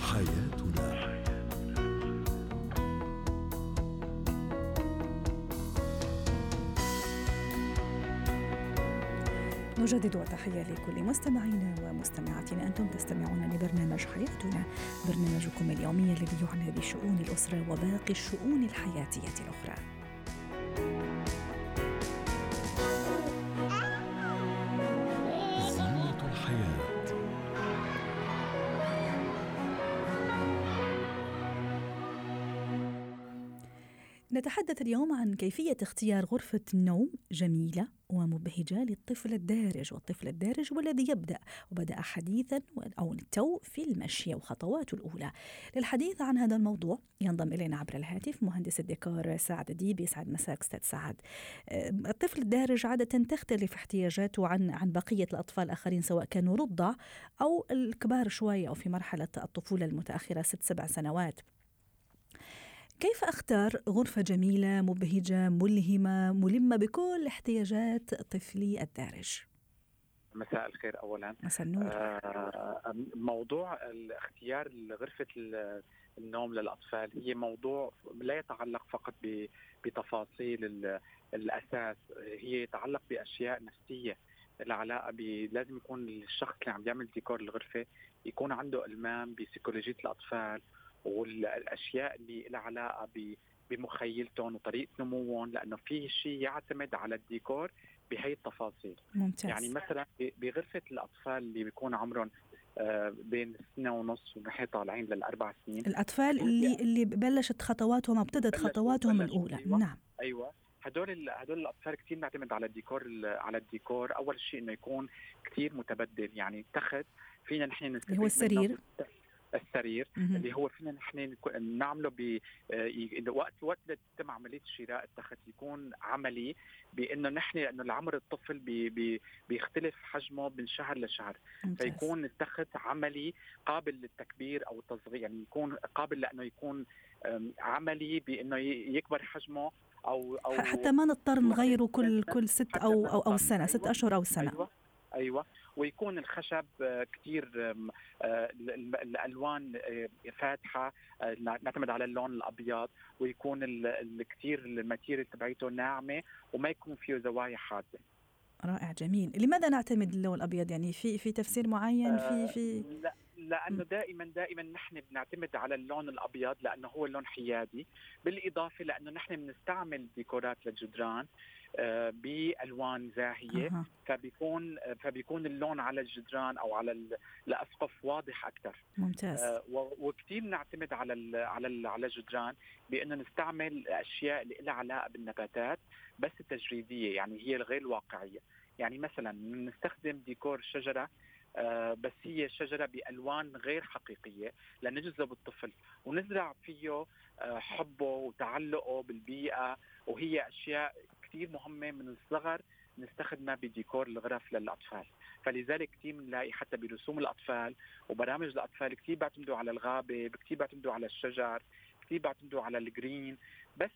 حياتنا. نجدد التحية لكل مستمعينا ومستمعاتنا. أنتم تستمعون لبرنامج حياتنا، برنامجكم اليومي الذي يعنى بشؤون الأسرة وباقي الشؤون الحياتية الأخرى. زينة الحياة. نتحدث اليوم عن كيفية اختيار غرفة نوم جميلة ومبهجة للطفل الدارج. والطفل الدارج والذي بدأ حديثا أو التو في المشي وخطواته الأولى. للحديث عن هذا الموضوع ينضم إلينا عبر الهاتف مهندس الديكور سعد ديب. يسعد مساك أستاذ سعد. الطفل الدارج عادة تختلف احتياجاته عن بقية الأطفال الآخرين، سواء كانوا رضع أو الكبار شوية أو في مرحلة الطفولة المتأخرة 6-7 سنوات. كيف أختار غرفة جميلة مبهجة ملهمة ملمة بكل احتياجات طفلي الدارج؟ مساء الخير أولا. مساء النور. موضوع الاختيار غرفة النوم للأطفال هي موضوع لا يتعلق فقط بتفاصيل الأساس، هي يتعلق بأشياء نفسية العلاقة لازم يكون الشخص اللي عم يعمل ديكور الغرفة يكون عنده إلمام بسيكولوجية الأطفال والأشياء اللي لها علاقة بمخيلتهم وطريقة نموهم، لأنه فيه شيء يعتمد على الديكور بهي التفاصيل. ممتاز. يعني مثلا بغرفة الأطفال اللي بيكون عمرهم بين 1.5 ونحن طالعين ل4 سنين، الأطفال اللي بلشت خطواتهم أو ابتدت خطواتهم الأولى. أيوة. نعم. أيوة. هدول الأطفال كتير نعتمد على الديكور. أول شيء إنه يكون كتير متبدل، يعني تخت فينا نحن نستفيد اللي هو السرير اللي هو فينا نحن نعمله وقت تتم عملية شراء التخت يكون عملي، بأنه نحن لأنه العمر الطفل بيختلف حجمه من شهر لشهر. ممتاز. فيكون التخت عملي قابل للتكبير أو التصغير، يعني يكون قابل لأنه يكون عملي بأنه يكبر حجمه أو حتى ما نضطر نغيره كل 6 أو سنة. 6 أشهر أو سنة. أيوة. ويكون الخشب كتير الألوان فاتحة، نعتمد على اللون الأبيض، ويكون كتير الماتيريال تبعيته ناعمة وما يكون فيه زوايا حادة. رائع، جميل. لماذا نعتمد اللون الأبيض؟ يعني في تفسير معين؟ لا، لأنه دائما نحن بنعتمد على اللون الأبيض لأنه هو اللون حيادي، بالإضافة لأنه نحن بنستعمل ديكورات للجدران بألوان زاهية. فبيكون اللون على الجدران أو على الأسقف واضح أكثر. ممتاز. وكتير نعتمد على الجدران بأنه نستعمل أشياء اللي لها علاقة بالنباتات بس التجريدية، يعني هي الغير واقعية. يعني مثلا نستخدم ديكور شجرة بس هي شجرة بألوان غير حقيقية لنجذب الطفل ونزرع فيه حبه وتعلقه بالبيئة، وهي أشياء كتير مهمة من الصغر نستخدمها بديكور الغرف للأطفال. فلذلك كتير بنلاقي حتى برسوم الأطفال وبرامج الأطفال كتير بيعتمدوا على الغابة، كتير بيعتمدوا على الشجر، كتير بيعتمدوا على الجرين، بس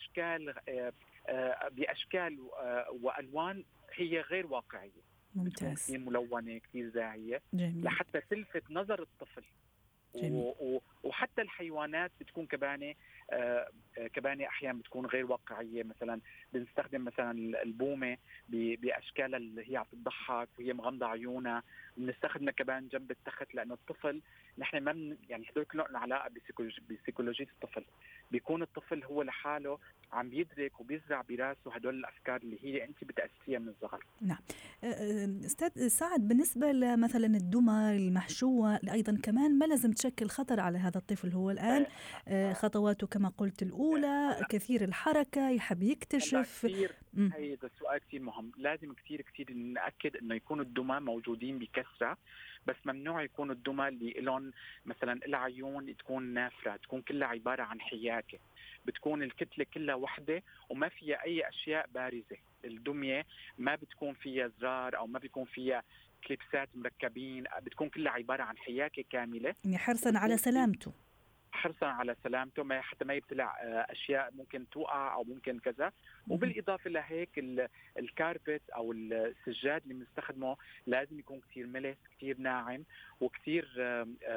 بأشكال وألوان هي غير واقعية. ممتاز. كتير ملونة، كتير زاهية. جميل. لحتى تلفت نظر الطفل. وحتى الحيوانات بتكون كبانة أحيانا بتكون غير واقعية. مثلا بنستخدم مثلا البومة بأشكال اللي هي عم تضحك وهي مغمضة عيونها، بنستخدمها كمان جنب التخت لأنه الطفل نحن ما يعني هدول كلهم علاقة بسيكولوجية الطفل. بيكون الطفل هو لحاله عم بيدرك وبيزرع براسه هدول الأفكار اللي هي أنت بتأسسيها من الصغر. نعم. أستاذ سعد، بالنسبة لمثلا الدمى المحشوة أيضا كمان ما لازم تشكل خطر على هذا الطفل. هو الآن خطواته كما قلت الأولى، كثير الحركة، يحب يكتشف. هذا السؤال كتير مهم. لازم كتير نأكد إنه يكون الدمى موجودين بكثرة، بس ممنوع يكون الدمى اللي لهم مثلا العيون تكون نافرة، تكون كلها عبارة عن حياكة، بتكون الكتلة كلها وحدة وما فيها أي أشياء بارزة. الدمية ما بتكون فيها زرار أو ما بيكون فيها كليبسات مركبين، بتكون كلها عبارة عن حياكة كاملة، يعني حرصا على سلامته. حتى ما يبتلع أشياء ممكن توقع أو ممكن كذا. وبالإضافة لهيك الكاربت أو السجاد اللي بنستخدمه لازم يكون كتير ملس، كتير ناعم، وكتير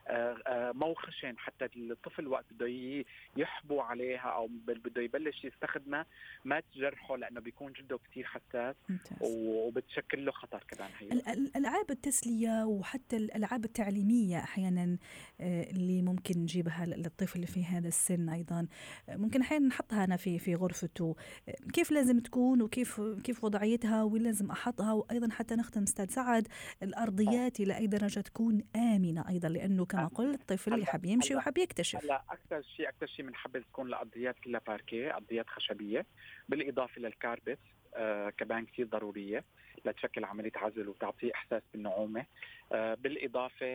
مو خشن حتى الطفل وقت بده يحبو عليها او بده يبلش يستخدمها ما تجرحه، لانه بيكون جلده كتير حساس ممتاز. وبتشكل له خطر كمان هي. الألعاب التسلية وحتى الألعاب التعليمية أحيانا اللي ممكن نجيبها للطفل في هذا السن أيضا، ممكن أحيانا نحطها أنا في غرفته، كيف لازم تكون وكيف وضعيتها وين لازم أحطها، وأيضا حتى نختم أستاذ سعد الأرضيات إلى أي درجة تكون آمنة أيضا، لأنه كما قلت الطفل يحب يمشي ويحب يكتشف. هلا اكثر شيء بنحب تكون الارضيات كلها باركيه، ارضيات خشبيه، بالاضافه للكاربت كمان كثير ضروريه لتشكل عمليه عزل وتعطي احساس بالنعومه. بالاضافه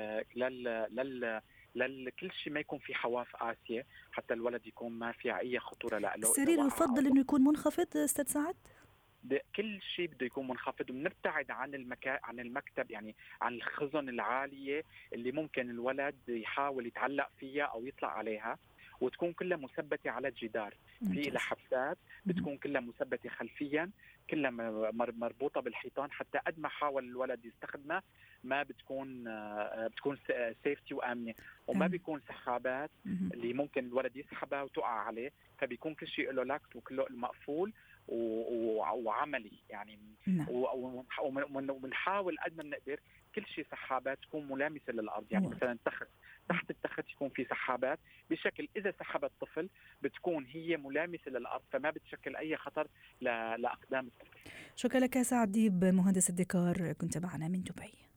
كل شيء ما يكون في حواف قاسيه، حتى الولد يكون ما في اي خطوره له. السرير يفضل انه يكون منخفض استاذ سعد؟ كل شيء بده يكون منخفض، وبنبتعد عن المكتب، يعني عن الخزن العاليه اللي ممكن الولد يحاول يتعلق فيها او يطلع عليها، وتكون كلها مثبته على الجدار. في لها حبسات بتكون كلها مثبته خلفيا، كلها مربوطه بالحيطان، حتى قد ما حاول الولد يستخدمها ما بتكون سيفتي وامنه، وما بيكون سحابات اللي ممكن الولد يسحبها وتقع عليه، فبيكون كل شيء له لاكت وكله مقفول وعملي يعني. ونحاول قد ما بنقدر كل شيء سحابات تكون ملامسه للارض، يعني مثلا تحت التخت يكون في سحابات بشكل اذا سحب الطفل بتكون هي ملامسه للارض، فما بتشكل اي خطر لاقدام الطفل. شكرا لك سعد ديب، مهندس الديكور، كنت معنا من دبي.